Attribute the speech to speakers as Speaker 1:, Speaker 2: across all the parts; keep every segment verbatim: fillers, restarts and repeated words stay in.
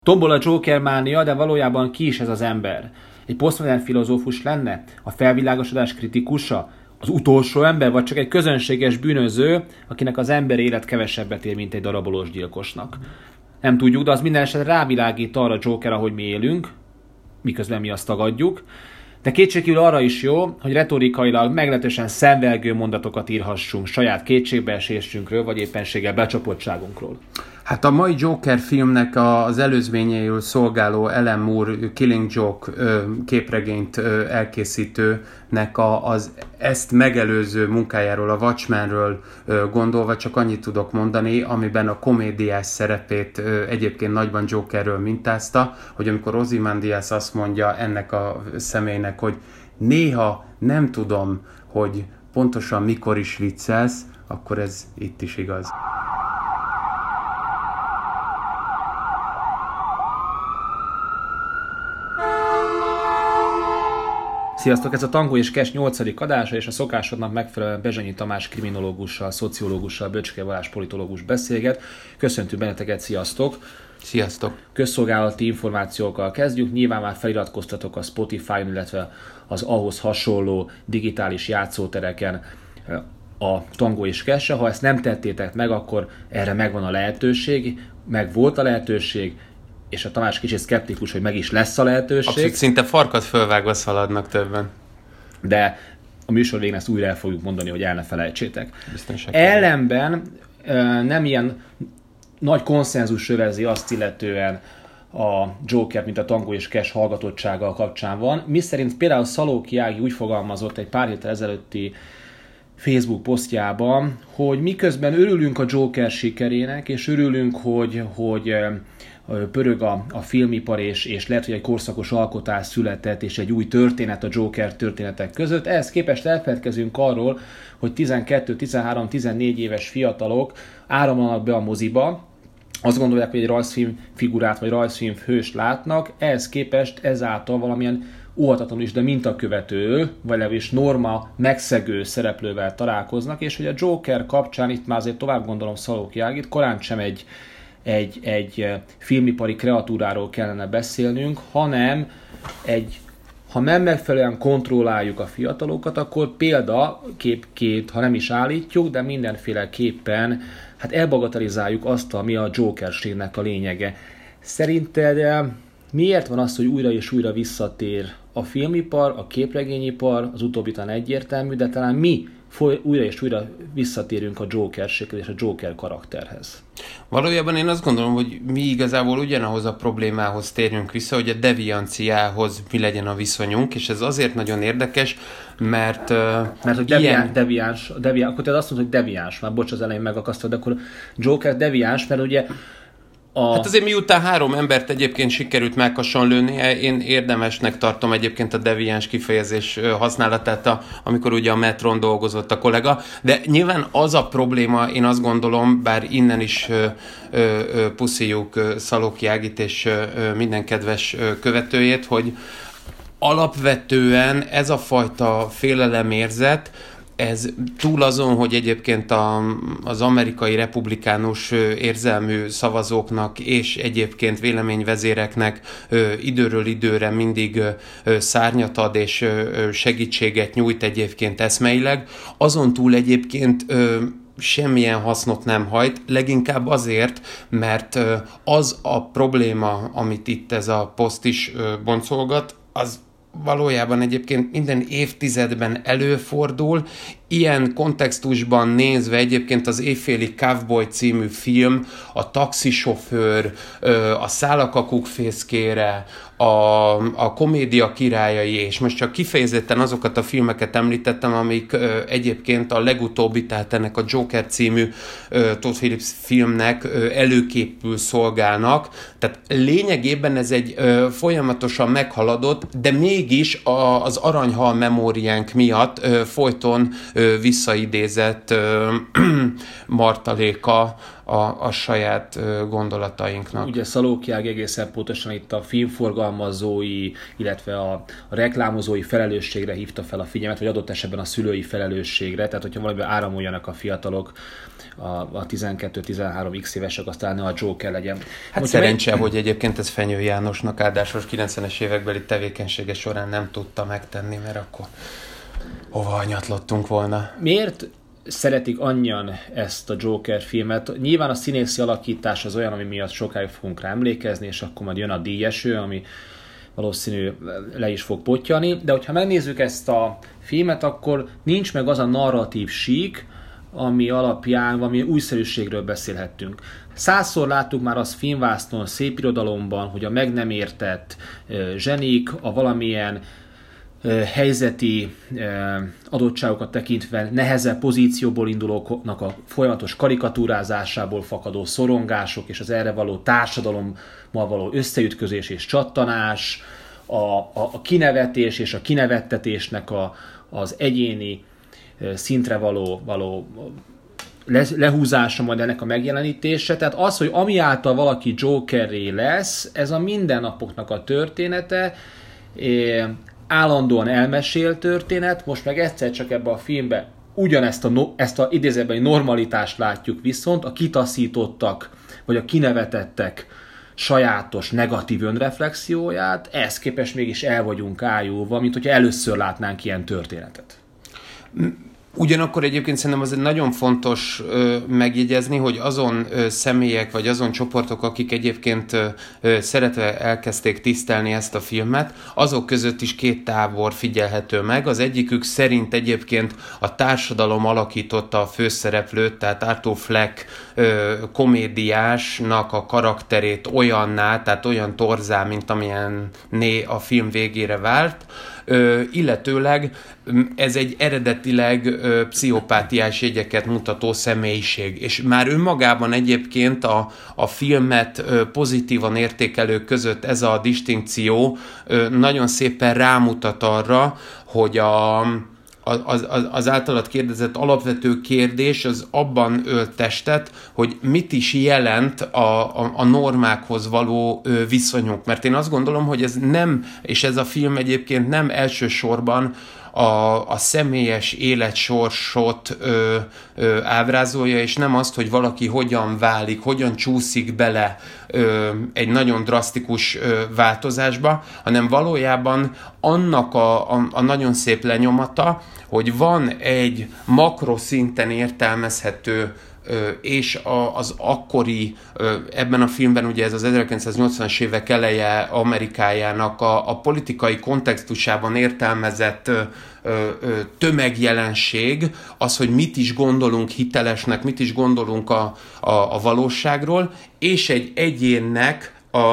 Speaker 1: Tombol a Joker mánia, de valójában ki is ez az ember? Egy posztmodern filozófus lenne? A felvilágosodás kritikusa? Az utolsó ember? Vagy csak egy közönséges bűnöző, akinek az ember élet kevesebbet ér, mint egy darabolós gyilkosnak? Nem tudjuk, de az minden esetre rávilágít arra Joker, ahogy mi élünk, miközben mi azt tagadjuk. De kétségkívül arra is jó, hogy retorikailag meglehetősen szenvelgő mondatokat írhassunk saját kétségbeesésünkről, vagy éppenséggel becsapottságunkról.
Speaker 2: Hát a mai Joker filmnek az előzményeiről szolgáló Alan Moore Killing Joke képregényt elkészítőnek az ezt megelőző munkájáról, a Watchmenről gondolva csak annyit tudok mondani, amiben a komédiás szerepét egyébként nagyban Jokerről mintázta, hogy amikor Ozymandias azt mondja ennek a személynek, hogy néha nem tudom, hogy pontosan mikor is viccelsz, akkor ez itt is igaz.
Speaker 1: Sziasztok! Ez a Tangó és Cash nyolcadik adása, és a szokásodnak megfelelően Bezsenyi Tamás kriminológussal, szociológussal, Böcske Balázs politológus beszélget. Köszöntünk benneteket, sziasztok!
Speaker 2: Sziasztok!
Speaker 1: Közszolgálati információkkal kezdjük. Nyilván már feliratkoztatok a Spotify-on, illetve az ahhoz hasonló digitális játszótereken a Tangó és Cash-re. Ha ezt nem tettétek meg, akkor erre megvan a lehetőség, meg volt a lehetőség, és a Tamás kicsit szkeptikus, hogy meg is lesz a lehetőség.
Speaker 2: Abszolút, szinte farkat fölvágva szaladnak többen.
Speaker 1: De a műsor végén ezt újra el fogjuk mondani, hogy el ne felejtsétek. Ellenben nem ilyen nagy konszenzus övezi azt illetően a Joker, mint a Tangó és Cash hallgatottsággal kapcsán van. Miszerint például Szalóki Ági úgy fogalmazott egy pár héttel ezelőtti Facebook posztjában, hogy miközben örülünk a Joker sikerének, és örülünk, hogy, hogy pörög a, a filmipar, és, és lehet, hogy egy korszakos alkotás született, és egy új történet a Joker történetek között. Ehhez képest elfeledkezünk arról, hogy tizenkettő, tizenhárom, tizennégy éves fiatalok áramlanak be a moziba, azt gondolják, hogy egy rajzfilm figurát vagy rajzfilm hőst látnak, ehhez képest ezáltal valamilyen óhatatlanul is, de mintakövető, vagy legalábbis norma megszegő szereplővel találkoznak, és hogy a Joker kapcsán itt már azért tovább gondolom Szalóki Ágit, korán sem egy Egy, egy filmipari kreatúráról kellene beszélnünk, hanem egy, ha nem megfelelően kontrolláljuk a fiatalokat, akkor példaképként, ha nem is állítjuk, de mindenféleképpen hát elbagatelizáljuk azt, ami a Jokerségnek a lényege. Szerinted miért van az, hogy újra és újra visszatér a filmipar, a képregényipar, az utóbbi talán egyértelmű, de talán mi újra és újra visszatérünk a Jokerséghez és a Joker karakterhez?
Speaker 2: Valójában én azt gondolom, hogy mi igazából ugyanahoz a problémához térjünk vissza, hogy a devianciához mi legyen a viszonyunk, és ez azért nagyon érdekes, mert
Speaker 1: Mert hogy deviáns, ilyen... deviáns, deviáns, akkor te azt mondod, hogy deviáns, már bocs, az elején megakasztod, de akkor Joker deviáns, mert ugye
Speaker 2: A... Hát azért miután három embert egyébként sikerült melkason lőni, én érdemesnek tartom egyébként a deviáns kifejezés használatát, a, amikor ugye a metron dolgozott a kollega, de nyilván az a probléma, én azt gondolom, bár innen is ö, ö, puszíjuk Szalóki Ágit és ö, minden kedves követőjét, hogy alapvetően ez a fajta félelemérzet, ez túl azon, hogy egyébként a, az amerikai republikánus érzelmű szavazóknak és egyébként véleményvezéreknek ö, időről időre mindig ö, szárnyat ad és ö, segítséget nyújt egyébként eszmeileg, azon túl egyébként ö, semmilyen hasznot nem hajt, leginkább azért, mert ö, az a probléma, amit itt ez a poszt is ö, boncolgat, az valójában egyébként minden évtizedben előfordul. Ilyen kontextusban nézve egyébként az Éjféli Cowboy című film, a Taxisofőr, a Szálakakuk fészkére, a, a Komédia királyai, és most csak kifejezetten azokat a filmeket említettem, amik ö, egyébként a legutóbbi, tehát ennek a Joker című ö, Todd Phillips filmnek ö, előképpül szolgálnak. Tehát lényegében ez egy ö, folyamatosan meghaladott, de mégis a, az aranyhal memóriánk miatt ö, folyton ö, visszaidézett ö, martaléka a, a saját gondolatainknak.
Speaker 1: Ugye Szalókjág egészen pontosan itt a filmforgalmazói, illetve a, a reklámozói felelősségre hívta fel a figyelmet, vagy adott esetben a szülői felelősségre, tehát hogyha valamiben áramoljanak a fiatalok, a, a tizenkettő-tizenhárom x évesek, aztán ne a Joker legyen.
Speaker 2: Hát szerencse, meg... hogy egyébként ez Fenyő Jánosnak áldásos kilencvenes évekbeli tevékenysége során nem tudta megtenni, mert akkor hova hanyatlottunk volna.
Speaker 1: Miért szeretik annyian ezt a Joker filmet? Nyilván a színészi alakítás az olyan, ami miatt sokáig fogunk rá emlékezni, és akkor majd jön a díjeső, ami valószínű le is fog pottyani, de hogyha megnézzük ezt a filmet, akkor nincs meg az a narratív sík, ami alapján valami újszerűségről beszélhettünk. Százszor láttuk már az filmvásznon, szépirodalomban, hogy a meg nem értett zsenik, a valamilyen helyzeti adottságokat tekintve nehezebb pozícióból indulóknak a folyamatos karikatúrázásából fakadó szorongások és az erre való társadalommal való összeütközés és csattanás, a, a, a kinevetés és a kinevettetésnek a, az egyéni szintre való, való le, lehúzása, majd ennek a megjelenítése. Tehát az, hogy ami által valaki Jokerré lesz, ez a mindennapoknak a története, állandóan elmesélt történet, most meg egyszer csak ebbe a filmbe ugyanezt a, ezt a idézőbeli normalitást látjuk, viszont a kitaszítottak, vagy a kinevetettek sajátos negatív önreflexióját, ehhez képest mégis el vagyunk ájulva, mint hogyha először látnánk ilyen történetet.
Speaker 2: Ugyanakkor egyébként szerintem az nagyon fontos ö, megjegyezni, hogy azon ö, személyek, vagy azon csoportok, akik egyébként ö, szeretve elkezdték tisztelni ezt a filmet, azok között is két tábor figyelhető meg. Az egyikük szerint egyébként a társadalom alakította a főszereplőt, tehát Arthur Fleck ö, komédiásnak a karakterét olyanná, tehát olyan torzá, mint amilyenné a film végére vált. Ö, illetőleg ez egy eredetileg ö, pszichopátiás jegyeket mutató személyiség, és már önmagában egyébként a, a filmet ö, pozitívan értékelők között ez a distinkció ö, nagyon szépen rámutat arra, hogy a Az, az, az általad kérdezett alapvető kérdés az abban ölt testet, hogy mit is jelent a, a, a normákhoz való ö, viszonyunk. Mert én azt gondolom, hogy ez nem, és ez a film egyébként nem elsősorban a, a személyes életsorsot ö, ö, ábrázolja, és nem azt, hogy valaki hogyan válik, hogyan csúszik bele ö, egy nagyon drasztikus ö, változásba, hanem valójában annak a, a, a nagyon szép lenyomata, hogy van egy makroszinten értelmezhető és az akkori, ebben a filmben ugye ez az ezerkilencszáznyolcvanas évek eleje Amerikájának a, a politikai kontextusában értelmezett tömegjelenség, az, hogy mit is gondolunk hitelesnek, mit is gondolunk a, a, a valóságról, és egy egyénnek a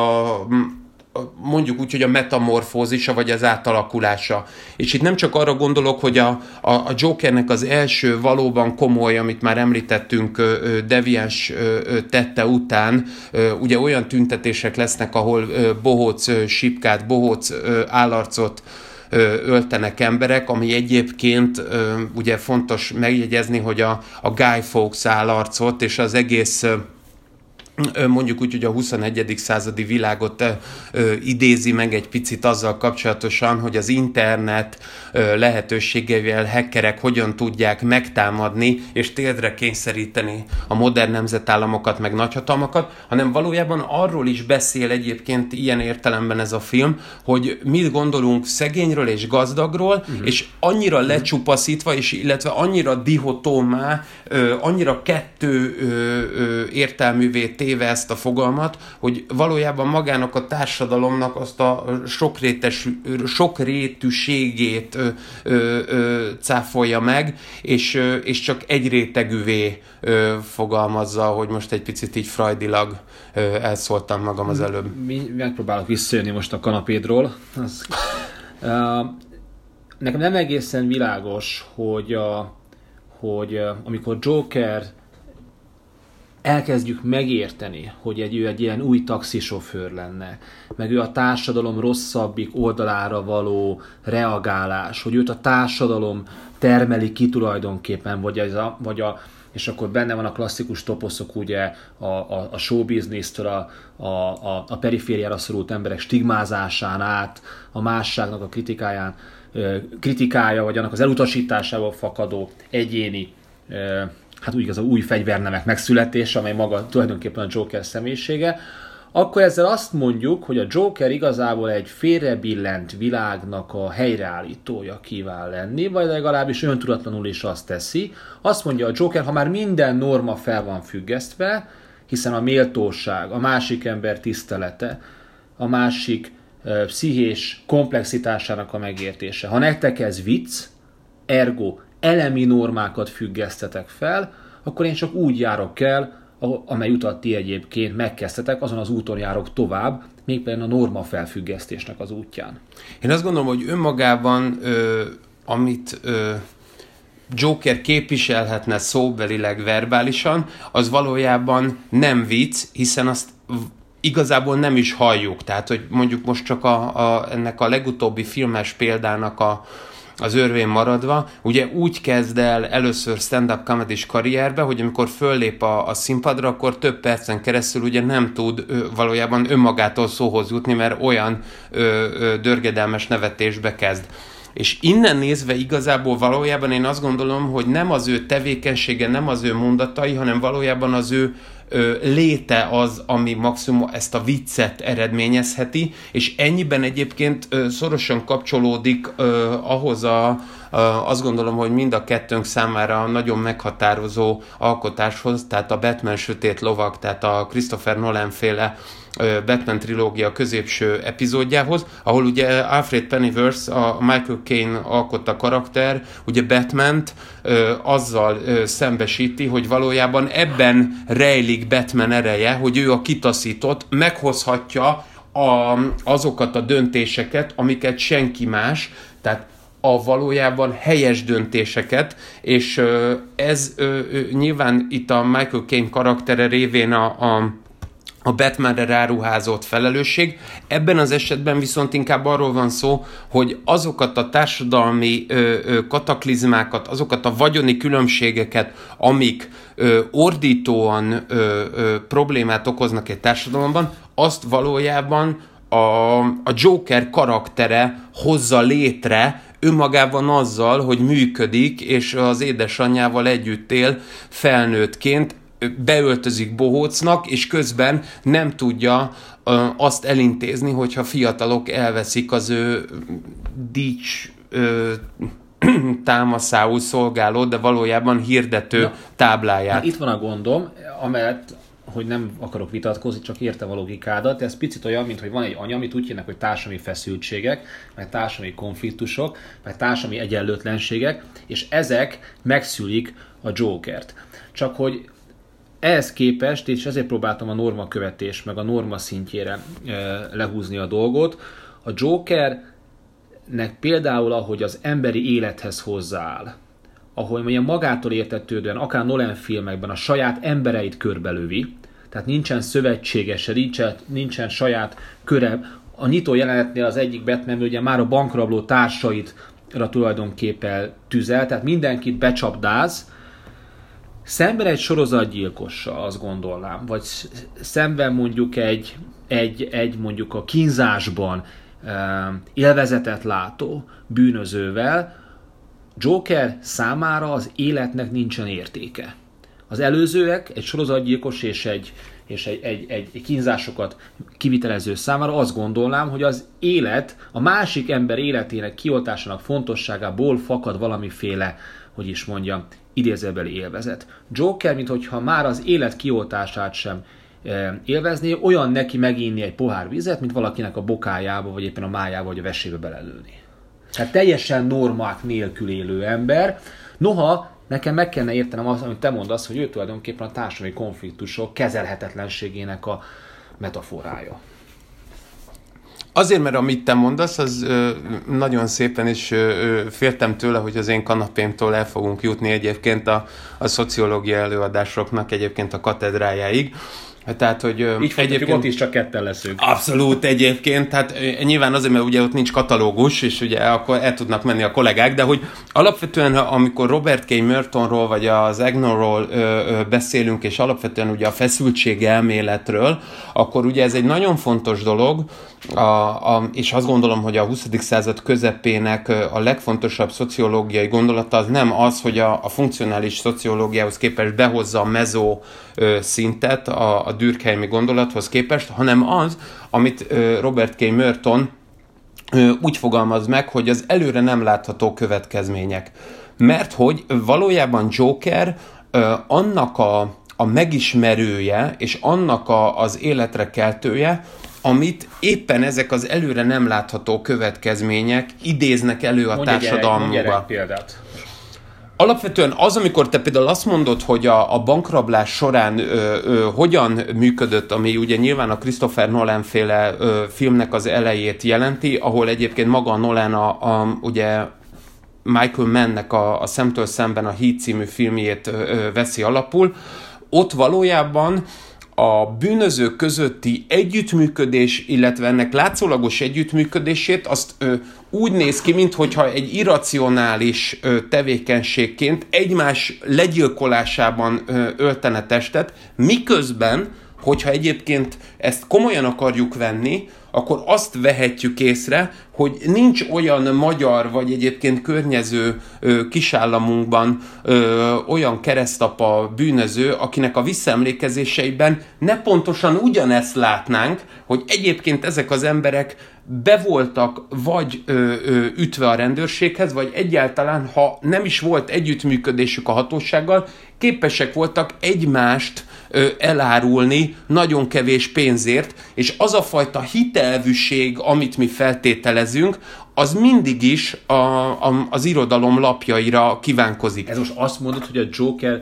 Speaker 2: mondjuk úgy, hogy a metamorfózisa, vagy az átalakulása. És itt nem csak arra gondolok, hogy a, a, a Jokernek az első valóban komoly, amit már említettünk, deviáns tette után, ugye olyan tüntetések lesznek, ahol bohóc sipkát, bohóc állarcot öltenek emberek, ami egyébként ugye fontos megjegyezni, hogy a, a Guy Fawkes állarcot és az egész mondjuk úgy, hogy a huszonegyedik századi világot ö, idézi meg egy picit azzal kapcsolatosan, hogy az internet ö, lehetőségeivel hackerek hogyan tudják megtámadni és térdre kényszeríteni a modern nemzetállamokat, meg nagyhatalmakat, hanem valójában arról is beszél egyébként ilyen értelemben ez a film, hogy mit gondolunk szegényről és gazdagról, uh-huh. és annyira uh-huh. lecsupaszítva, és illetve annyira dihotómá, ö, annyira kettő ö, ö, értelművé téve ezt a fogalmat, hogy valójában magának a társadalomnak azt a sokrétes, sokrétűségét ö, ö, ö, cáfolja meg, és, ö, és csak egy rétegűvé ö, fogalmazza, hogy most egy picit így freudilag ö, elszóltam magam az előbb.
Speaker 1: Mi megpróbálok visszajönni most a kanapédról. Az, uh, nekem nem egészen világos, hogy, a, hogy uh, amikor Joker elkezdjük megérteni, hogy egy, ő egy ilyen új taxisofőr lenne, meg ő a társadalom rosszabbik oldalára való reagálás, hogy őt a társadalom termeli ki tulajdonképpen, vagy, ez a, vagy a és akkor benne van a klasszikus toposzok, ugye a, a, a showbiznisztől a, a, a, a perifériára szorult emberek stigmázásán át, a másságnak a kritikáján, kritikája, vagy annak az elutasításával fakadó egyéni, hát úgy igaz, a új fegyvernemek megszületése, amely maga tulajdonképpen a Joker személyisége, akkor ezzel azt mondjuk, hogy a Joker igazából egy félrebillent világnak a helyreállítója kíván lenni, vagy legalábbis öntudatlanul is azt teszi. Azt mondja a Joker, ha már minden norma fel van függesztve, hiszen a méltóság, a másik ember tisztelete, a másik uh, pszichés komplexitásának a megértése. Ha nektek ez vicc, ergo elemi normákat függesztetek fel, akkor én csak úgy járok el, amely utat ti egyébként megkezdtetek, azon az úton járok tovább, mégpedig a norma felfüggesztésnek az útján.
Speaker 2: Én azt gondolom, hogy önmagában, ö, amit ö, Joker képviselhetne szóbelileg, verbálisan, az valójában nem vicc, hiszen azt igazából nem is halljuk. Tehát, hogy mondjuk most csak a, a, ennek a legutóbbi filmes példának a az örvén maradva, ugye úgy kezd el először stand-up comedy-s karrierbe, hogy amikor föllép a, a színpadra, akkor több percen keresztül ugye nem tud ö, valójában önmagától szóhoz jutni, mert olyan ö, ö, dörgedelmes nevetésbe kezd. És innen nézve igazából valójában én azt gondolom, hogy nem az ő tevékenysége, nem az ő mondatai, hanem valójában az ő ö, léte az, ami maximum ezt a viccet eredményezheti, és ennyiben egyébként ö, szorosan kapcsolódik ö, ahhoz a, ö, azt gondolom, hogy mind a kettőnk számára nagyon meghatározó alkotáshoz, tehát a Batman sötét lovag, tehát a Christopher Nolan féle Batman trilógia középső epizódjához, ahol ugye Alfred Pennyworth, a Michael Caine alkotta karakter, ugye Batmant ö, azzal ö, szembesíti, hogy valójában ebben rejlik Batman ereje, hogy ő a kitaszított, meghozhatja a, azokat a döntéseket, amiket senki más, tehát a valójában helyes döntéseket, és ö, ez ö, ö, nyilván itt a Michael Caine karaktere révén a, a a Batmanre ráruházott felelősség. Ebben az esetben viszont inkább arról van szó, hogy azokat a társadalmi ö, ö, kataklizmákat, azokat a vagyoni különbségeket, amik ö, ordítóan ö, ö, problémát okoznak egy társadalomban, azt valójában a, a Joker karaktere hozza létre önmagában azzal, hogy működik, és az édesanyjával együtt él felnőttként, beöltözik bohócnak, és közben nem tudja ö, azt elintézni, hogyha fiatalok elveszik az ő dics ö, támaszául szolgáló, de valójában hirdető Na, tábláját.
Speaker 1: Itt van a gondom, amellett, hogy nem akarok vitatkozni, csak értem a logikádat, de ez picit olyan, mint hogy van egy anya, amit úgy hívnak, hogy társadalmi feszültségek, meg társadalmi konfliktusok, meg társadalmi egyenlőtlenségek, és ezek megszülik a Jokert. Csak hogy ehhez képest, és ezért próbáltam a normakövetés, meg a norma szintjére e, lehúzni a dolgot, a Jokernek például, ahogy az emberi élethez hozzááll, ahogy mondjam, magától értetődően, akár Nolan filmekben a saját embereit körbelövi, tehát nincsen szövetségese, nincsen, nincsen saját köre. A nyitó jelenetnél az egyik Batman ugye már a bankrabló társaitra tulajdonképpen tüzel, tehát mindenkit becsapdáz, szemben egy sorozatgyilkossal, azt gondolnám, vagy szemben mondjuk egy, egy, egy mondjuk a kínzásban élvezetet látó bűnözővel, Joker számára az életnek nincsen értéke. Az előzőek, egy sorozatgyilkos és egy, és egy, egy, egy, egy kínzásokat kivitelező számára azt gondolnám, hogy az élet, a másik ember életének kioltásának fontosságából fakad valamiféle, hogy is mondjam, idézőbeli élvezet. Joker, minthogyha már az élet kioltását sem e, élvezné, olyan neki meginni egy pohár vizet, mint valakinek a bokájába, vagy éppen a májába, vagy a vesébe belelőni. Tehát teljesen normák nélkül élő ember. Noha nekem meg kellene értenem azt, amit te mondasz, hogy ő tulajdonképpen a társadalmi konfliktusok kezelhetetlenségének a metaforája.
Speaker 2: Azért, mert amit te mondasz, az ö, nagyon szépen is ö, féltem tőle, hogy az én kanapémtól el fogunk jutni egyébként a, a szociológia előadásoknak egyébként a katedrájáig, Tehát, hogy
Speaker 1: így egyébként ott is csak ketten leszünk.
Speaker 2: Abszolút egyébként, tehát nyilván azért, mert ugye ott nincs katalógus, és ugye akkor el tudnak menni a kollégák, de hogy alapvetően, amikor Robert K. Mertonról, vagy az Agnorról ö, ö, beszélünk, és alapvetően ugye a feszültség elméletről, akkor ugye ez egy nagyon fontos dolog, a, a, és azt gondolom, hogy a huszadik század közepének a legfontosabb szociológiai gondolata az nem az, hogy a, a funkcionális szociológiához képest behozza a mezó ö, szintet a, a Durkheimi gondolathoz képest, hanem az, amit ö, Robert K. Merton ö, úgy fogalmaz meg, hogy az előre nem látható következmények. Mert hogy valójában Joker ö, annak a, a megismerője, és annak a, az életre keltője, amit éppen ezek az előre nem látható következmények idéznek elő a
Speaker 1: mondj
Speaker 2: társadalmunkba.
Speaker 1: Mondj egy példát.
Speaker 2: Alapvetően az, amikor te például azt mondod, hogy a, a bankrablás során ö, ö, hogyan működött, ami ugye nyilván a Christopher Nolan féle ö, filmnek az elejét jelenti, ahol egyébként maga a Nolan a, a, ugye Michael Mannnek a, a Szemtől szemben a Heat című filmjét ö, ö, veszi alapul, ott valójában a bűnözők közötti együttműködés, illetve ennek látszólagos együttműködését, azt ö, úgy néz ki, minthogyha egy irracionális ö, tevékenységként egymás legyilkolásában ö, öltene testet, miközben, hogyha egyébként ezt komolyan akarjuk venni, akkor azt vehetjük észre, hogy nincs olyan magyar, vagy egyébként környező ö, kisállamunkban ö, olyan keresztapa bűnöző, akinek a visszaemlékezéseiben ne pontosan ugyanezt látnánk, hogy egyébként ezek az emberek be voltak vagy ö, ö, ütve a rendőrséghez, vagy egyáltalán, ha nem is volt együttműködésük a hatósággal, képesek voltak egymást ö, elárulni nagyon kevés pénzért, és az a fajta hitelvűség, amit mi feltételezünk, az mindig is a, a, az irodalom lapjaira kívánkozik.
Speaker 1: Ez most azt mondod, hogy a Joker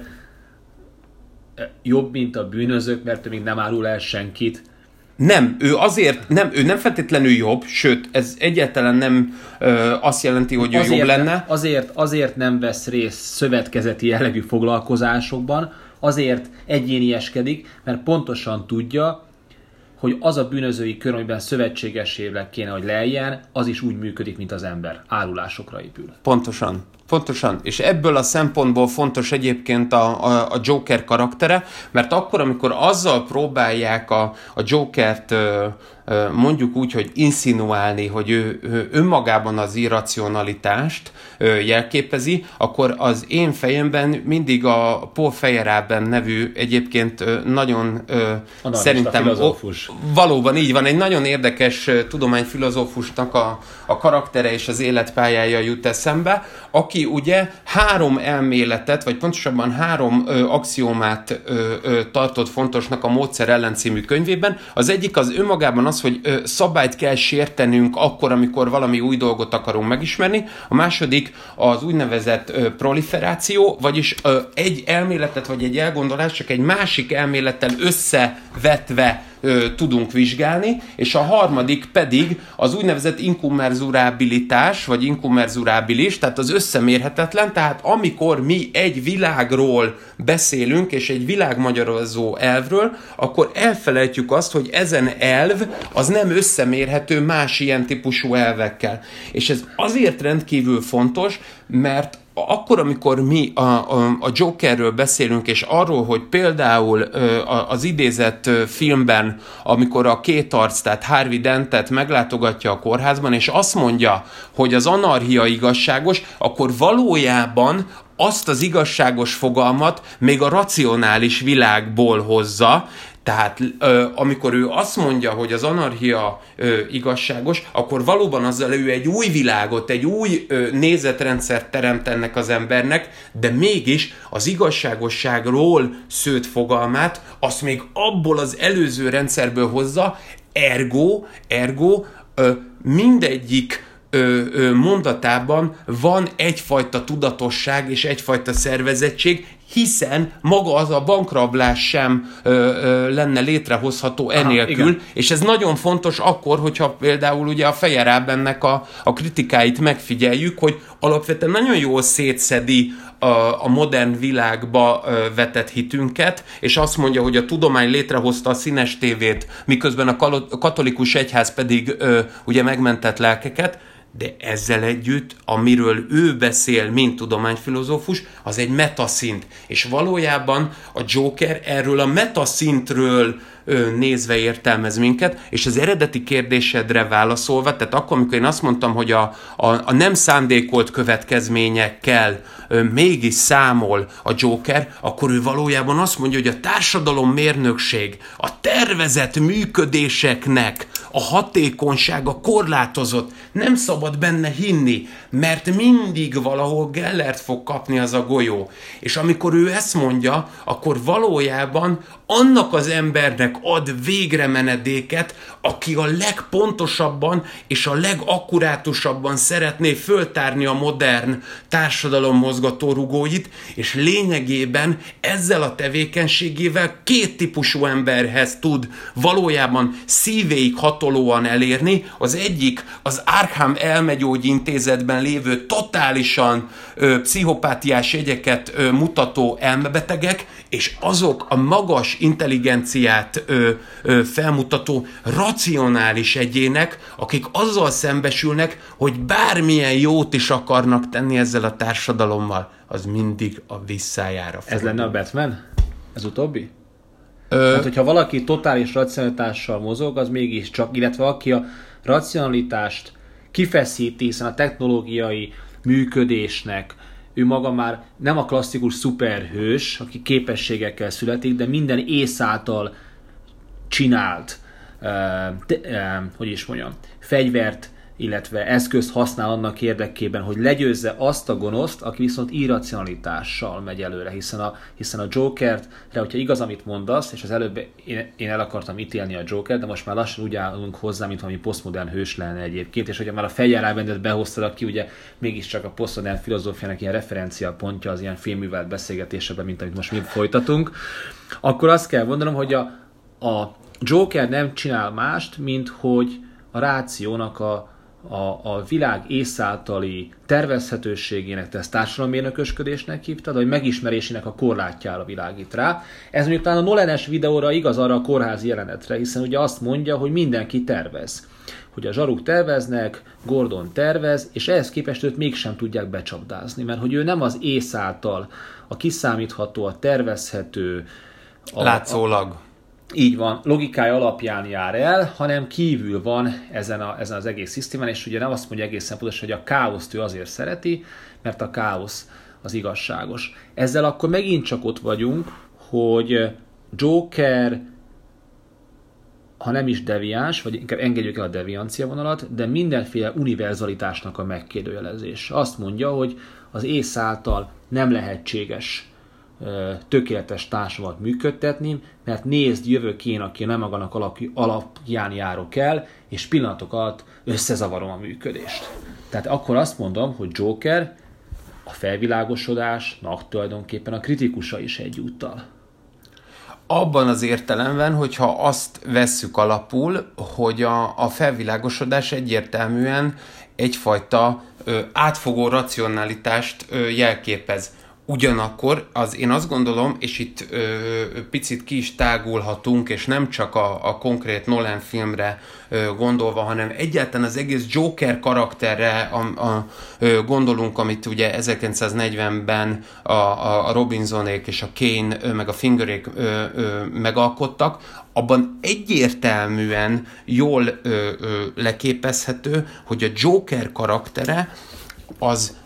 Speaker 1: jobb, mint a bűnözők, mert ő még nem árul el senkit?
Speaker 2: Nem, ő azért, nem, ő nem feltétlenül jobb, sőt, ez egyáltalán nem ö, azt jelenti, hogy ő
Speaker 1: azért,
Speaker 2: jobb lenne.
Speaker 1: Azért, azért nem vesz részt szövetkezeti jellegű foglalkozásokban, azért egyénieskedik, mert pontosan tudja, hogy az a bűnözői kör, amiben szövetségesével kéne, hogy lejjen, az is úgy működik, mint az ember. Árulásokra épül.
Speaker 2: Pontosan. Pontosan. És ebből a szempontból fontos egyébként a, a, a Joker karaktere, mert akkor, amikor azzal próbálják a, a Jokert ö, ö, mondjuk úgy, hogy insinuálni, hogy ő, ő önmagában az irracionalitást ö, jelképezi, akkor az én fejemben mindig a Paul Feyerabend nevű egyébként ö, nagyon ö, szerintem
Speaker 1: filozófus.
Speaker 2: O, valóban így van, egy nagyon érdekes ö, tudományfilozófusnak a, a karaktere és az életpályája jut eszembe, aki ugye három elméletet, vagy pontosabban három ö, axiómát ö, ö, tartott fontosnak a Módszer ellen című könyvében. Az egyik az önmagában az, hogy ö, szabályt kell sértenünk akkor, amikor valami új dolgot akarunk megismerni. A második az úgynevezett ö, proliferáció, vagyis ö, egy elméletet vagy egy elgondolást csak egy másik elmélettel összevetve ö, tudunk vizsgálni, és a harmadik pedig az úgynevezett inkommenzurábilitás, vagy inkommenzurábilis, tehát az összemérhetetlen, tehát amikor mi egy világról beszélünk, és egy világmagyarázó elvről, akkor elfelejtjük azt, hogy ezen elv az nem összemérhető más ilyen típusú elvekkel. És ez azért rendkívül fontos, mert akkor, amikor mi a, a, a Jokerről beszélünk, és arról, hogy például az idézett filmben, amikor a két arc, tehát Harvey Dentet meglátogatja a kórházban, és azt mondja, hogy az anarchia igazságos, akkor valójában azt az igazságos fogalmat még a racionális világból hozza. Tehát ö, amikor ő azt mondja, hogy az anarchia ö, igazságos, akkor valóban azzal ő egy új világot, egy új ö, nézetrendszert teremt ennek az embernek, de mégis az igazságosságról szőtt fogalmát, azt még abból az előző rendszerből hozza, ergo, ergo ö, mindegyik Ö, ö, mondatában van egyfajta tudatosság és egyfajta szervezettség, hiszen maga az a bankrablás sem ö, ö, lenne létrehozható enélkül, aha, és ez nagyon fontos akkor, hogyha például ugye a Feyerabendnek a, a kritikáit megfigyeljük, hogy alapvetően nagyon jól szétszedi a, a modern világba vetett hitünket, és azt mondja, hogy a tudomány létrehozta a színes tévét, miközben a katolikus egyház pedig ö, ugye megmentett lelkeket, de ezzel együtt, amiről ő beszél, mint tudományfilozófus, az egy metaszint. És valójában a Joker erről a metaszintről ö, nézve értelmez minket, és az eredeti kérdésedre válaszolva, tehát akkor, amikor én azt mondtam, hogy a, a, a nem szándékolt következményekkel ö, mégis számol a Joker, akkor ő valójában azt mondja, hogy a társadalommérnökség, a tervezett működéseknek a hatékonysága korlátozott. Nem szabad benne hinni, mert mindig valahol Gellert fog kapni az a golyó. És amikor ő ezt mondja, akkor valójában annak az embernek ad végre menedéket, aki a legpontosabban és a legakkurátusabban szeretné föltárni a modern társadalom mozgatórugóit, és lényegében ezzel a tevékenységével két típusú emberhez tud valójában szívéig hatolóan elérni. Az egyik az Arkham elmegyógyintézetben lévő totálisan ö, pszichopátiás jegyeket ö, mutató elmebetegek, és azok a magas intelligenciát ö, ö, felmutató racionális egyének, akik azzal szembesülnek, hogy bármilyen jót is akarnak tenni ezzel a társadalommal, az mindig a visszájára fordul.
Speaker 1: Ez lenne a Batman? Ez utóbbi? Ö... Hát, hogyha valaki totális racionalitással mozog, az mégiscsak, illetve aki a racionalitást kifeszíti, hiszen a technológiai működésnek ő maga már nem a klasszikus szuperhős, aki képességekkel születik, de minden ész által csinált, uh, de, uh, hogy is mondjam, fegyvert, illetve eszközt használ annak érdekében, hogy legyőzze azt a gonoszt, aki viszont irracionalitással megy előre, hiszen a, hiszen a Jokerre, hogyha igaz, amit mondasz, és az előbb én, én el akartam ítélni a Jokert, de most már lassan úgy állunk hozzá, mint valami posztmodern hős lenne egyébként, és hogyha már a Fejjel behoztad, aki ugye mégiscsak a posztmodern filozófiának ilyen referencia pontja az ilyen filmművelt beszélgetésekben, mint amit most mi folytatunk, akkor azt kell mondanom, hogy a, a Joker nem csinál mást, mint hogy a rációnak a A, a világ ész általi tervezhetőségének, te ezt társadalommérnökösködésnek hívtad, vagy megismerésének a korlátjára világít rá. Ez mondjuk talán a Nolan-es videóra igaz arra a kórházi jelenetre, hiszen ugye azt mondja, hogy mindenki tervez. Hogy a zsaruk terveznek, Gordon tervez, és ehhez képest őt mégsem tudják becsapdázni, mert hogy ő nem az ész által, a kiszámítható, a tervezhető,
Speaker 2: a, látszólag. A,
Speaker 1: így van, logikája alapján jár el, hanem kívül van ezen, a, ezen az egész szisztémán, és ugye nem azt mondja egészen pontosan, hogy a káoszt ő azért szereti, mert a káosz az igazságos. Ezzel akkor megint csak ott vagyunk, hogy Joker, ha nem is deviáns, vagy inkább engedjük el a deviancia vonalat, de mindenféle univerzalitásnak a megkérdőjelezés. Azt mondja, hogy az ész által nem lehetséges tökéletes társadalmat működtetni, mert nézd, jövök én, aki nem magának alapján járok el, és pillanatok alatt összezavarom a működést. Tehát akkor azt mondom, hogy Joker a felvilágosodásnak tulajdonképpen a kritikusa is egyúttal.
Speaker 2: Abban az értelemben, hogyha azt vesszük alapul, hogy a, a felvilágosodás egyértelműen egyfajta ö, átfogó racionalitást ö, jelképez. Ugyanakkor az én azt gondolom, és itt ö, picit ki is tágulhatunk, és nem csak a, a konkrét Nolan filmre ö, gondolva, hanem egyáltalán az egész Joker karakterre a, a, ö, gondolunk, amit ugye ezerkilencszáznegyvenben a, a Robinsonék és a Kane, ö, meg a Fingerék ö, ö, megalkottak, abban egyértelműen jól ö, ö, leképezhető, hogy a Joker karaktere az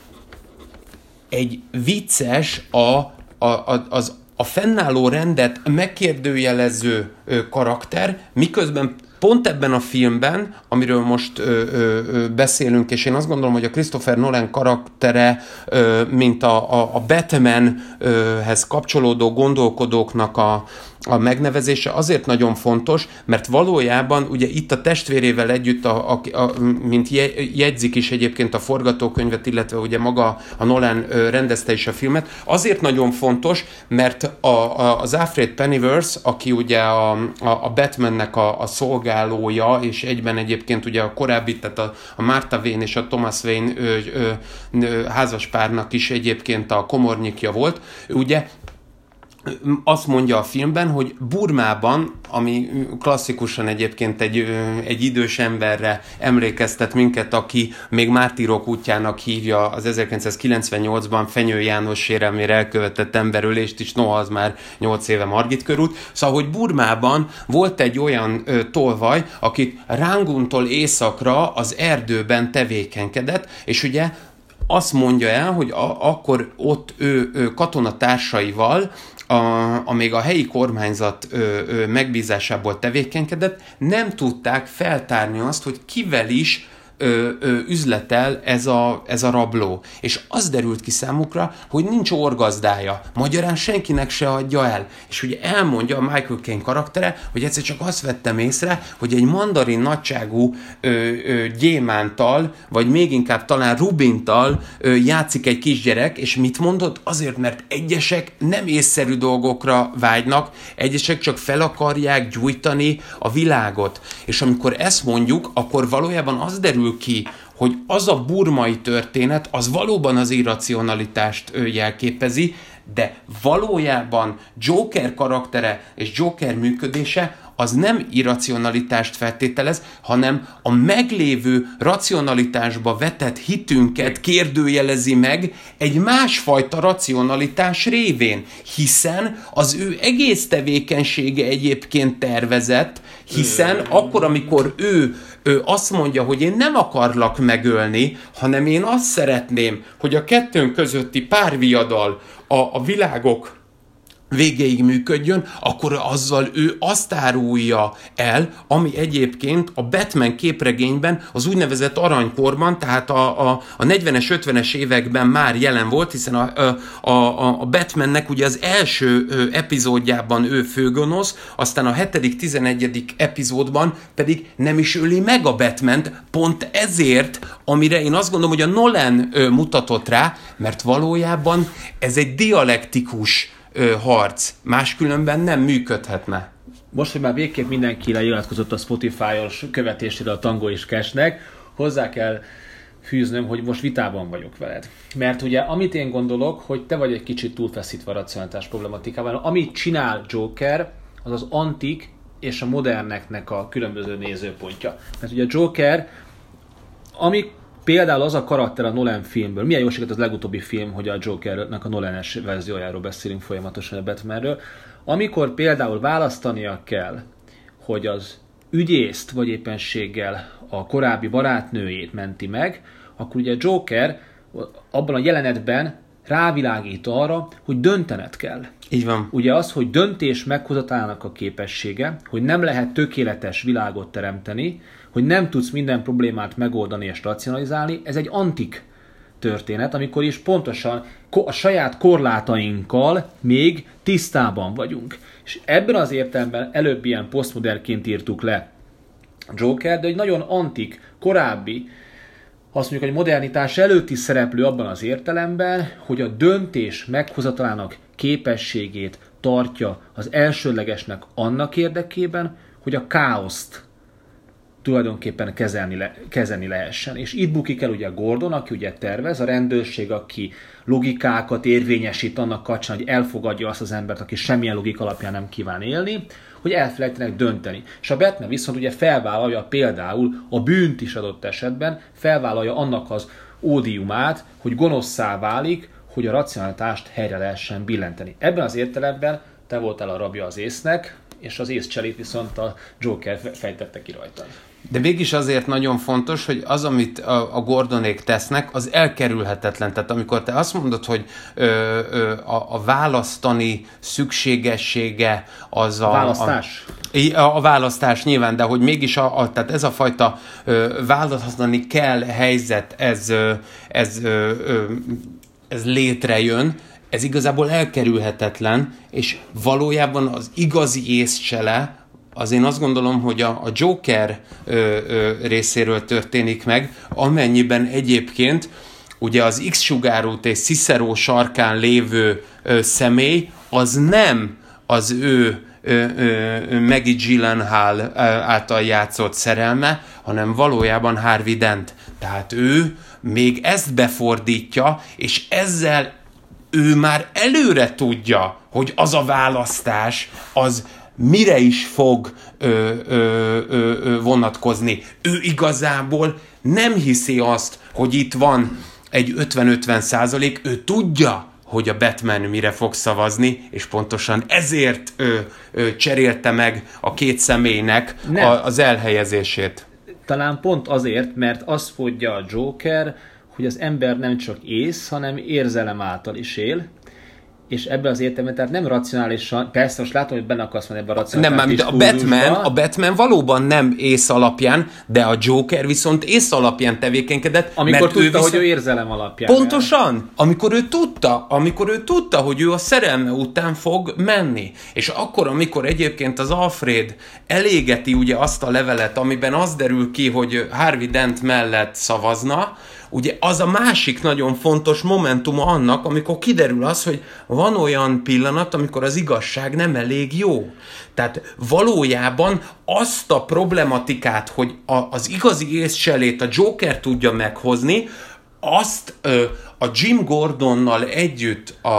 Speaker 2: egy vicces, a, a, a, az, a fennálló rendet megkérdőjelező ö, karakter, miközben pont ebben a filmben, amiről most ö, ö, beszélünk, és én azt gondolom, hogy a Christopher Nolan karaktere, ö, mint a, a, a Batmanhez kapcsolódó gondolkodóknak a, a megnevezése azért nagyon fontos, mert valójában ugye itt a testvérével együtt, a, a, a, mint jegyzik is egyébként a forgatókönyvet, illetve ugye maga a Nolan rendezte is a filmet, azért nagyon fontos, mert a, a, az Alfred Pennyworth, aki ugye a, a, a Batmannek a, a szolgálója, és egyben egyébként ugye a korábbi, tehát a, a Martha Wayne és a Thomas Wayne ö, ö, ö, házaspárnak is egyébként a komornyikja volt, ugye azt mondja a filmben, hogy Burmában, ami klasszikusan egyébként egy, egy idős emberre emlékeztet minket, aki még mártírok útjának hívja az ezerkilencszázkilencvennyolcban Fenyő János sérelmére elkövetett emberölést is, noha az már nyolc éve Margit körút. Szóval, hogy Burmában volt egy olyan ö, tolvaj, aki Ranguntól északra az erdőben tevékenykedett, és ugye azt mondja el, hogy a, akkor ott ő, ő katonatársaival, a, amíg a helyi kormányzat ö, ö, megbízásából tevékenykedett, nem tudták feltárni azt, hogy kivel is ö, ö, üzletel ez a, ez a rabló. És az derült ki számukra, hogy nincs orgazdája. Magyarán senkinek se adja el. És ugye elmondja a Michael Caine karaktere, hogy egyszer csak azt vettem észre, hogy egy mandarin nagyságú ö, ö, gyémántal, vagy még inkább talán rubintal ö, játszik egy kisgyerek, és mit mondott? Azért, mert egyesek nem észszerű dolgokra vágynak, egyesek csak fel akarják gyújtani a világot. És amikor ezt mondjuk, akkor valójában az derül ki, hogy az a burmai történet, az valóban az irracionalitást jelképezi, de valójában Joker karaktere és Joker működése az nem irracionalitást feltételez, hanem a meglévő racionalitásba vetett hitünket kérdőjelezi meg egy másfajta racionalitás révén, hiszen az ő egész tevékenysége egyébként tervezett, hiszen akkor, amikor ő, ő azt mondja, hogy én nem akarlak megölni, hanem én azt szeretném, hogy a kettőnk közötti párviadal a, a világok végéig működjön, akkor azzal ő azt árulja el, ami egyébként a Batman képregényben az úgynevezett aranykorban, tehát a, a, a negyvenes, ötvenes években már jelen volt, hiszen a, a, a, a Batmannek ugye az első epizódjában ő főgonosz, aztán a hetedik, tizenegyedik epizódban pedig nem is öli meg a Batmant, pont ezért, amire én azt gondolom, hogy a Nolan mutatott rá, mert valójában ez egy dialektikus harc. Máskülönben nem működhetne.
Speaker 1: Most, hogy már végképp mindenki leiratkozott a Spotify-os követésére a Tango és Cashnek, hozzá kell fűznöm, hogy most vitában vagyok veled. Mert ugye, amit én gondolok, hogy te vagy egy kicsit túlfeszítve a racionalitás problematikával. Amit csinál Joker, az az antik és a moderneknek a különböző nézőpontja. Mert ugye a Joker, ami például az a karakter a Nolan filmből, milyen jó sikerült az legutóbbi film, hogy a Jokernek a Nolan-es verziójáról beszélünk folyamatosan a Batmanről, amikor például választania kell, hogy az ügyészt vagy éppenséggel a korábbi barátnőjét menti meg, akkor ugye Joker abban a jelenetben rávilágít arra, hogy döntened kell.
Speaker 2: Így van.
Speaker 1: Ugye az, hogy döntés meghozatának a képessége, hogy nem lehet tökéletes világot teremteni, hogy nem tudsz minden problémát megoldani és racionalizálni, ez egy antik történet, amikor is pontosan a saját korlátainkkal még tisztában vagyunk. És ebben az értelemben előbb ilyen posztmodernként írtuk le Joker, de egy nagyon antik, korábbi, azt mondjuk, hogy modernitás előtti szereplő abban az értelemben, hogy a döntés meghozatalának képességét tartja az elsődlegesnek annak érdekében, hogy a káoszt tulajdonképpen kezelni, le, kezelni lehessen. És itt bukik el ugye Gordon, aki ugye tervez, a rendőrség, aki logikákat érvényesít annak kapcsán, hogy elfogadja azt az embert, aki semmilyen logika alapján nem kíván élni, hogy elfelejtenek dönteni. És a Batman viszont ugye felvállalja például a bűnt is adott esetben, felvállalja annak az ódiumát, hogy gonoszszá válik, hogy a racionalitást helyre lehessen billenteni. Ebben az értelemben te voltál a rabja az észnek, és az észcselét viszont a Joker fejtette ki rajta.
Speaker 2: De mégis azért nagyon fontos, hogy az, amit a, a Gordonék tesznek, az elkerülhetetlen. Tehát amikor te azt mondod, hogy ö, ö, a, a választani szükségessége az a...
Speaker 1: Választás?
Speaker 2: A, a, a választás nyilván, de hogy mégis a, a, tehát ez a fajta ö, választani kell helyzet, ez, ö, ez, ö, ö, ez létrejön, ez igazából elkerülhetetlen, és valójában az igazi észcsele, az én azt gondolom, hogy a, a Joker ö, ö, részéről történik meg, amennyiben egyébként ugye az X-sugárút és Cicero sarkán lévő ö, személy, az nem az ő ö, ö, Maggie Gyllenhaal ö, által játszott szerelme, hanem valójában Harvey Dent. Tehát ő még ezt befordítja, és ezzel ő már előre tudja, hogy az a választás, az mire is fog ö, ö, ö, ö, vonatkozni. Ő igazából nem hiszi azt, hogy itt van egy ötven-ötven százalék, ő tudja, hogy a Batman mire fog szavazni, és pontosan ezért ö, ö, cserélte meg a két személynek a, az elhelyezését.
Speaker 1: Talán pont azért, mert azt fogja a Joker, hogy az ember nem csak ész, hanem érzelem által is él, és ebben az értelemben, tehát nem racionálisan, persze most látom, hogy benne akarsz menni ebben a racionális
Speaker 2: Nem, mert a Batman, a Batman valóban nem ész alapján, de a Joker viszont ész alapján tevékenykedett.
Speaker 1: Amikor
Speaker 2: mert
Speaker 1: tudta,
Speaker 2: ő viszont...
Speaker 1: hogy ő érzelem alapján.
Speaker 2: Pontosan! El. Amikor ő tudta, amikor ő tudta, hogy ő a szerelme után fog menni. És akkor, amikor egyébként az Alfred elégeti ugye azt a levelet, amiben az derül ki, hogy Harvey Dent mellett szavazna, ugye az a másik nagyon fontos momentuma annak, amikor kiderül az, hogy van olyan pillanat, amikor az igazság nem elég jó. Tehát valójában azt a problematikát, hogy a, az igazi észcselét a Joker tudja meghozni, azt ö, a Jim Gordonnal együtt a,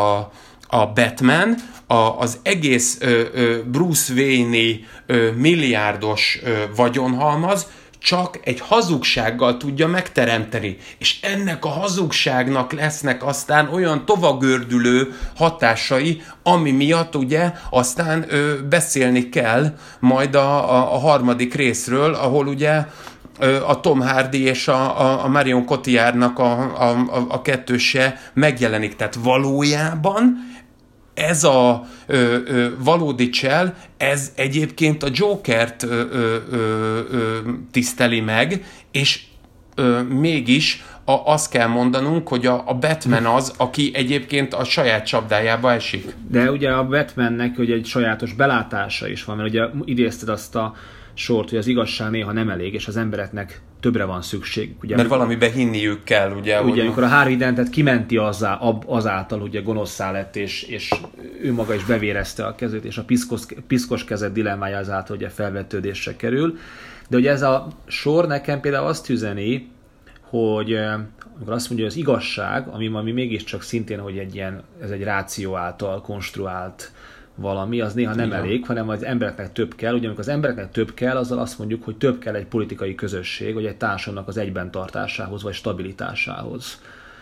Speaker 2: a Batman, a, az egész ö, ö, Bruce Wayne-i ö, milliárdos ö, vagyonhalmaz, csak egy hazugsággal tudja megteremteni. És ennek a hazugságnak lesznek aztán olyan tovagördülő hatásai, ami miatt ugye aztán ö, beszélni kell majd a, a, a harmadik részről, ahol ugye ö, a Tom Hardy és a, a, a Marion Cotillardnak a, a, a, a kettőse megjelenik. Tehát valójában ez a ö, ö, valódi csel, ez egyébként a Jokert ö, ö, ö, ö, tiszteli meg, és ö, mégis a, azt kell mondanunk, hogy a, a Batman az, aki egyébként a saját csapdájába esik.
Speaker 1: De ugye a Batmannek ugye egy sajátos belátása is van, mert ugye idézted azt a sort, hogy az igazság néha nem elég, és az embereknek többre van szükség. Ugye,
Speaker 2: mert valamiben hinniük kell, ugye?
Speaker 1: Ugye, amikor a Harvey Dentet kimenti azzá, azáltal, hogy gonoszszá lett, és, és ő maga is bevérezte a kezét, és a piszkos, piszkos kezed dilemmája azáltal ugye felvetődésre kerül. De ugye ez a sor nekem például azt üzeni, hogy amikor azt mondja, hogy az igazság, ami, ami mégiscsak szintén, hogy egy ilyen, ez egy ráció által konstruált valami, az néha nem igen. elég, hanem az embereknek több kell. Ugye amikor az embereknek több kell, azzal azt mondjuk, hogy több kell egy politikai közösség, vagy egy társadalomnak az egyben tartásához, vagy stabilitásához.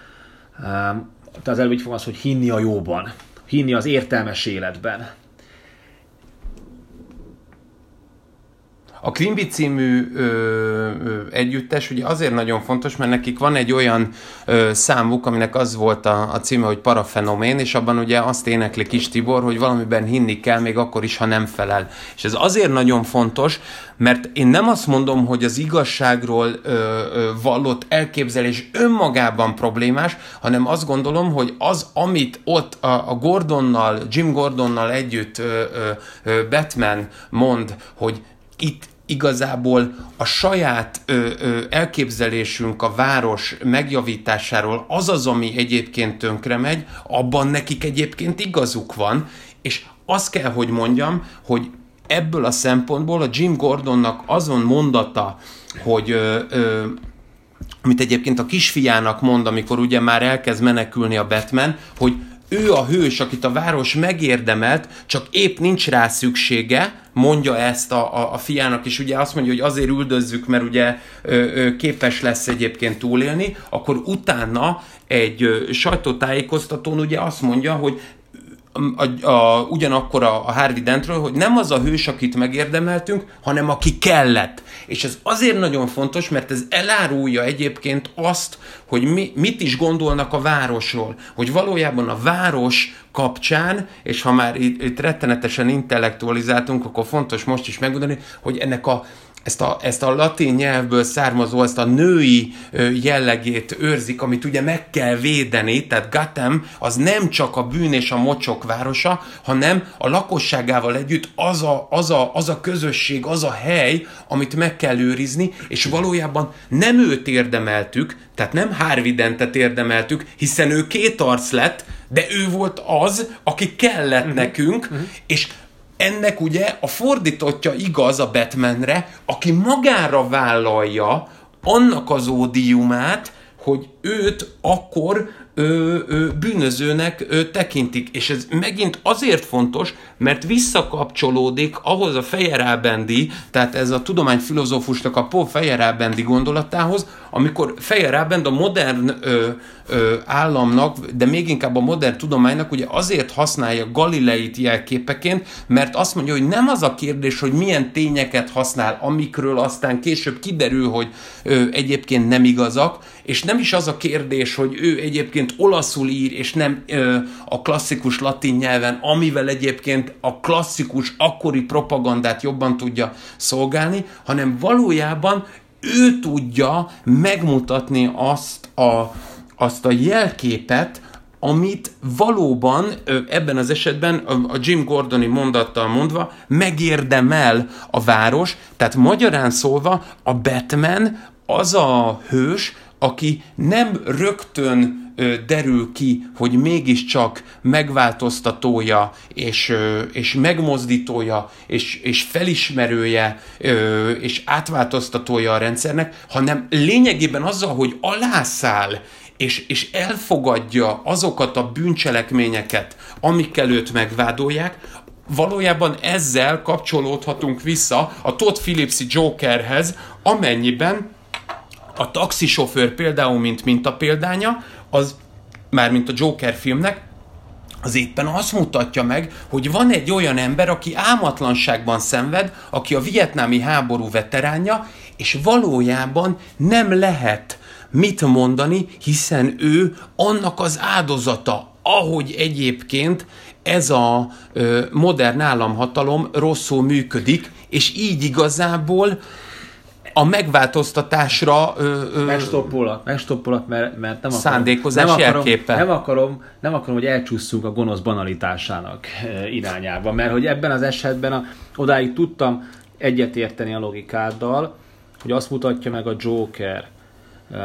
Speaker 1: Tehát az előbb így fogom azt, hogy hinni a jóban, hinni az értelmes életben.
Speaker 2: A Quimby című ö, ö, együttes ugye azért nagyon fontos, mert nekik van egy olyan ö, számuk, aminek az volt a, a címe, hogy Parafenomén, és abban ugye azt énekli Kis Tibor, hogy valamiben hinni kell, még akkor is, ha nem felel. És ez azért nagyon fontos, mert én nem azt mondom, hogy az igazságról ö, ö, vallott elképzelés önmagában problémás, hanem azt gondolom, hogy az, amit ott a, a Gordonnal, Jim Gordonnal együtt ö, ö, Batman mond, hogy itt igazából a saját ö, ö, elképzelésünk a város megjavításáról az az, ami egyébként tönkre megy, abban nekik egyébként igazuk van, és azt kell, hogy mondjam, hogy ebből a szempontból a Jim Gordonnak azon mondata, hogy ö, ö, amit egyébként a kisfiának mond, amikor ugye már elkezd menekülni a Batman, hogy ő a hős, akit a város megérdemelt, csak épp nincs rá szüksége, mondja ezt a, a, a fiának, és ugye azt mondja, hogy azért üldözzük, mert ugye ö, ö, képes lesz egyébként túlélni, akkor utána egy ö, sajtótájékoztatón ugye azt mondja, hogy A, a, ugyanakkor a, a Harvey Dentről, hogy nem az a hős, akit megérdemeltünk, hanem aki kellett. És ez azért nagyon fontos, mert ez elárulja egyébként azt, hogy mi, mit is gondolnak a városról. Hogy valójában a város kapcsán, és ha már itt, itt rettenetesen intellektualizáltunk, akkor fontos most is megmondani, hogy ennek a ezt a, ezt a latin nyelvből származó, ezt a női jellegét őrzik, amit ugye meg kell védeni, tehát Gotham az nem csak a bűn és a mocsok városa, hanem a lakosságával együtt az a, az a, az a közösség, az a hely, amit meg kell őrizni, és valójában nem őt érdemeltük, tehát nem Harvey Dentet érdemeltük, hiszen ő két arc lett, de ő volt az, aki kellett uh-huh. nekünk, uh-huh. és ennek ugye a fordítottja igaz a Batmanre, aki magára vállalja annak az ódiumát, hogy őt akkor ö, ö, bűnözőnek ö, tekintik. És ez megint azért fontos, mert visszakapcsolódik ahhoz a Feyerabend-i, tehát ez a tudományfilozófusnak a Paul Feyerabend-i gondolatához, amikor Feyerabend a modern ö, ö, államnak, de még inkább a modern tudománynak ugye azért használja Galileit jelképeként, mert azt mondja, hogy nem az a kérdés, hogy milyen tényeket használ, amikről aztán később kiderül, hogy ö, egyébként nem igazak, és nem is az a kérdés, hogy ő egyébként olaszul ír, és nem ö, a klasszikus latin nyelven, amivel egyébként a klasszikus akkori propagandát jobban tudja szolgálni, hanem valójában ő tudja megmutatni azt a, azt a jelképet, amit valóban ebben az esetben a Jim Gordoni mondattal mondva megérdemel a város, tehát magyarán szólva a Batman az a hős, aki nem rögtön ö, derül ki, hogy mégiscsak megváltoztatója, és, ö, és megmozdítója, és, és felismerője, ö, és átváltoztatója a rendszernek, hanem lényegében azzal, hogy alászáll, és, és elfogadja azokat a bűncselekményeket, amikkel őt megvádolják, valójában ezzel kapcsolódhatunk vissza a Todd Phillips-i Jokerhez, amennyiben a taxisofőr például, mint mintapéldánya, az már mint a Joker filmnek, az éppen azt mutatja meg, hogy van egy olyan ember, aki álmatlanságban szenved, aki a vietnámi háború veteránja, és valójában nem lehet mit mondani, hiszen ő annak az áldozata, ahogy egyébként ez a ö, modern államhatalom rosszul működik, és így igazából a megváltoztatásra
Speaker 1: megstoppolak, megstoppolak, mert, mert nem akarom,
Speaker 2: szándékozás
Speaker 1: nem akarom,
Speaker 2: jelképe.
Speaker 1: Nem akarom, nem akarom, hogy elcsúszunk a gonosz banalitásának irányába, mert hogy ebben az esetben a, odáig tudtam egyetérteni a logikáddal, hogy azt mutatja meg a Joker uh,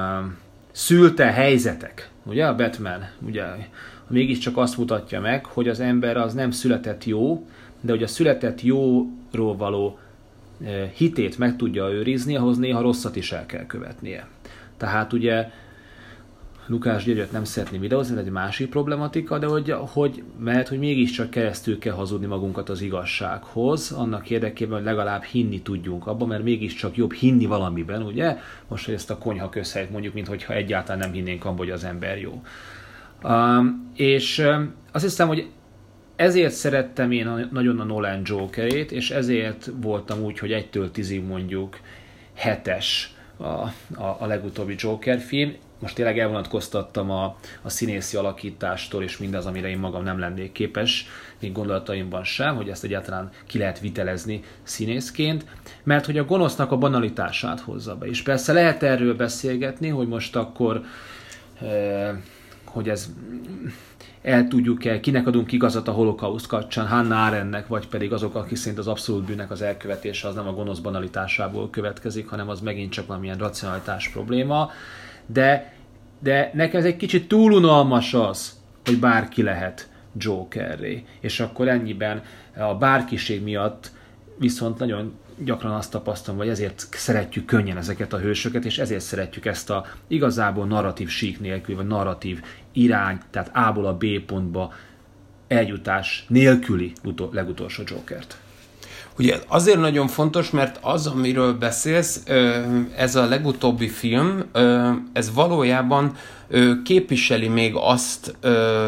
Speaker 1: szülte helyzetek, ugye a Batman, ugye mégiscsak azt mutatja meg, hogy az ember az nem született jó, de hogy a született jóról való hitét meg tudja őrizni, ahhoz néha rosszat is el kell követnie. Tehát ugye Lukács Györgyöt nem szeretném videózni, ez egy másik problematika, de hogy, hogy mert hogy mégiscsak keresztül kell hazudni magunkat az igazsághoz, annak érdekében, hogy legalább hinni tudjunk abban, mert mégiscsak jobb hinni valamiben, ugye? Most, hogy ezt a konyha közhelyet mondjuk, mint hogyha egyáltalán nem hinnénk abban, hogy az ember jó. Um, és um, azt hiszem, hogy ezért szerettem én a, nagyon a Nolan Jokerét, és ezért voltam úgy, hogy egytől tízig mondjuk hetes a, a, a legutóbbi Joker film. Most tényleg elvonatkoztattam a, a színészi alakítástól, és mindaz, amire én magam nem lennék képes, még gondolataimban sem, hogy ezt egyáltalán ki lehet vitelezni színészként, mert hogy a gonosznak a banalitását hozza be. És persze lehet erről beszélgetni, hogy most akkor, eh, hogy ez... el tudjuk-e, kinek adunk igazat a holokauszt kapcsán, Hannah Arendtnek, vagy pedig azok, akik szerint az abszolút bűnnek az elkövetése az nem a gonosz banalitásából következik, hanem az megint csak valamilyen racionalitás probléma. De, de nekem ez egy kicsit túl unalmas az, hogy bárki lehet Jokerré. És akkor ennyiben a bárkiség miatt viszont nagyon gyakran azt tapasztalom, hogy ezért szeretjük könnyen ezeket a hősöket, és ezért szeretjük ezt a igazából narratív sík nélkül, vagy narratív irány, tehát A-ból a B pontba eljutás nélküli utol, legutolsó Jokert.
Speaker 2: Ugye azért nagyon fontos, mert az, amiről beszélsz, ez a legutóbbi film, ez valójában képviseli még azt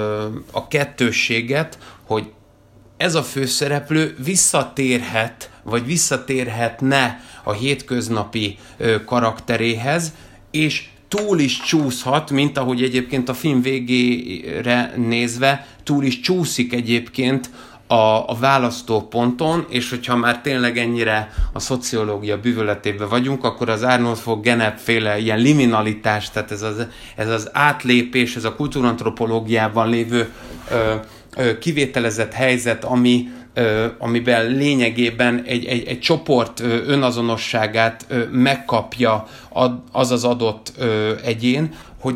Speaker 2: a kettősséget, hogy ez a főszereplő visszatérhet, vagy visszatérhetne a hétköznapi karakteréhez, és túl is csúszhat, mint ahogy egyébként a film végére nézve túl is csúszik egyébként a, a választóponton, és hogyha már tényleg ennyire a szociológia bűvöletében vagyunk, akkor az Arnold von Gennep féle ilyen liminalitás, tehát ez az, ez az átlépés, ez a kultúrantropológiában lévő ö, ö, kivételezett helyzet, ami amiben lényegében egy, egy, egy csoport önazonosságát megkapja az az adott egyén, hogy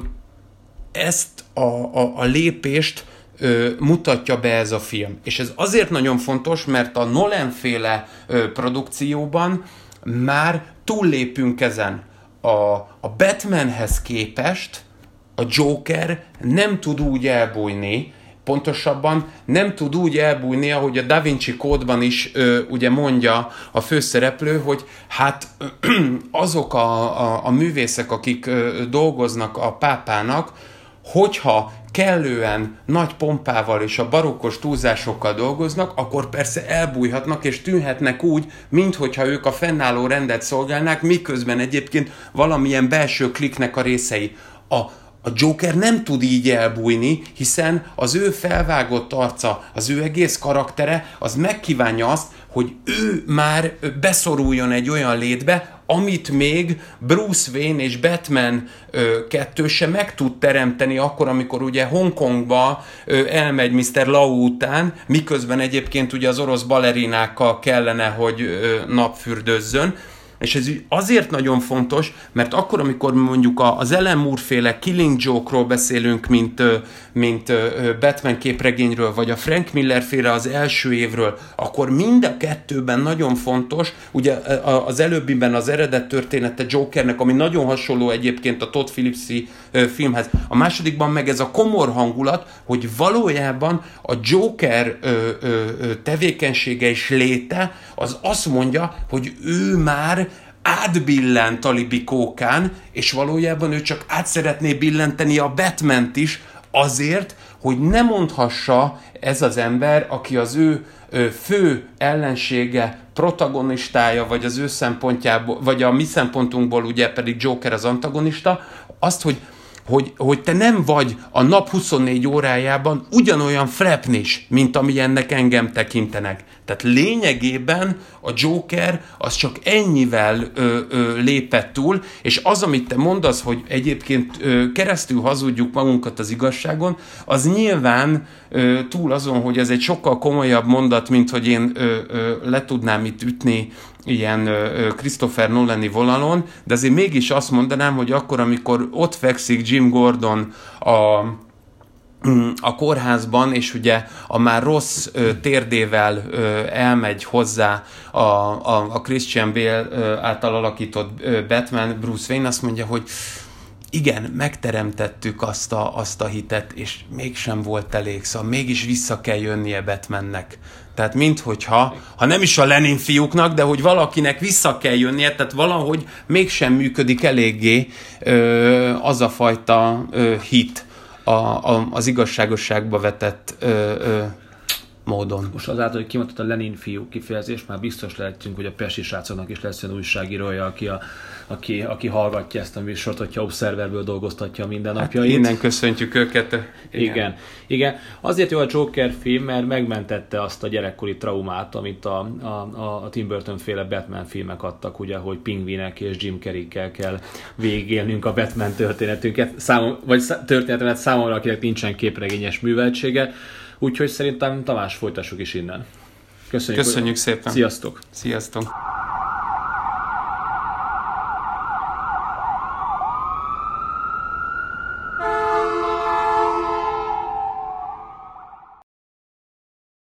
Speaker 2: ezt a, a, a lépést mutatja be ez a film. És ez azért nagyon fontos, mert a Nolan-féle produkcióban már túllépünk ezen. A, a Batmanhez képest a Joker nem tud úgy elbújni, pontosabban nem tud úgy elbújni, ahogy a Da Vinci Kódban is ö, ugye mondja a főszereplő, hogy hát ö, azok a, a, a művészek, akik ö, dolgoznak a pápának, hogyha kellően nagy pompával és a barokkos túlzásokkal dolgoznak, akkor persze elbújhatnak és tűnhetnek úgy, minthogyha ők a fennálló rendet szolgálnák, miközben egyébként valamilyen belső kliknek a részei. A A Joker nem tud így elbújni, hiszen az ő felvágott arca, az ő egész karaktere, az megkívánja azt, hogy ő már beszoruljon egy olyan létbe, amit még Bruce Wayne és Batman ö, kettő se meg tud teremteni akkor, amikor ugye Hongkongba ö, elmegy miszter Lau után, miközben egyébként ugye az orosz balerinákkal kellene, hogy ö, napfürdözzön. És ez azért nagyon fontos, mert akkor, amikor mondjuk az Alan Moore-féle Killing Joke-ról beszélünk, mint, mint Batman képregényről, vagy a Frank Miller-féle az első évről, akkor mind a kettőben nagyon fontos, ugye az előbbiben az eredet története Jokernek, ami nagyon hasonló egyébként a Todd Phillips-i filmhez, a másodikban meg ez a komor hangulat, hogy valójában a Joker tevékenysége és léte az azt mondja, hogy ő már átbillent a libikókán, és valójában ő csak át szeretné billenteni a Batmant is azért, hogy ne mondhassa ez az ember, aki az ő fő ellensége, protagonistája, vagy az ő szempontjából, vagy a mi szempontunkból ugye pedig Joker az antagonista, azt, hogy Hogy, hogy te nem vagy a nap huszonnégy órájában ugyanolyan frepnis, mint amilyennek engem tekintenek. Tehát lényegében a Joker az csak ennyivel ö, ö, lépett túl, és az, amit te mondasz, hogy egyébként ö, keresztül hazudjuk magunkat az igazságon, az nyilván ö, túl azon, hogy ez egy sokkal komolyabb mondat, mint hogy én ö, ö, le tudnám itt ütni ilyen ö, Christopher Nolan-i vonalon, de azért mégis azt mondanám, hogy akkor, amikor ott fekszik Jim Gordon a a kórházban, és ugye a már rossz ö, térdével ö, elmegy hozzá a, a, a Christian Bale ö, által alakított ö, Batman, Bruce Wayne, azt mondja, hogy igen, megteremtettük azt a, azt a hitet, és mégsem volt elég, szóval mégis vissza kell jönnie Batmannek. Tehát minthogyha, ha nem is a Lenin fiúknak, de hogy valakinek vissza kell jönnie, tehát valahogy mégsem működik eléggé ö, az a fajta ö, hit, A, a, az igazságosságba vetett ö, ö, módon.
Speaker 1: Most azáltal, hogy kimondott a Lenin fiú kifejezést, már biztos lehetünk, hogy a pesti srácoknak is lesz olyan újságírója, aki, a, aki, aki hallgatja ezt a műsort, hogyha Observerből dolgoztatja minden napjait.
Speaker 2: Hát innen köszöntjük őket.
Speaker 1: Igen. Igen. Igen. Azért jó a Joker film, mert megmentette azt a gyerekkori traumát, amit a, a, a Tim Burton féle Batman filmek adtak, ugye, hogy pingvinek és Jim Carrey-kel kell végigélnünk a Batman történetünket, számom, vagy történetemet számomra, akinek nincsen képregényes műveltsége. Úgyhogy szerintem Tamás folytassuk is innen. Köszönjük,
Speaker 2: Köszönjük szépen.
Speaker 1: Sziasztok.
Speaker 2: Sziasztok.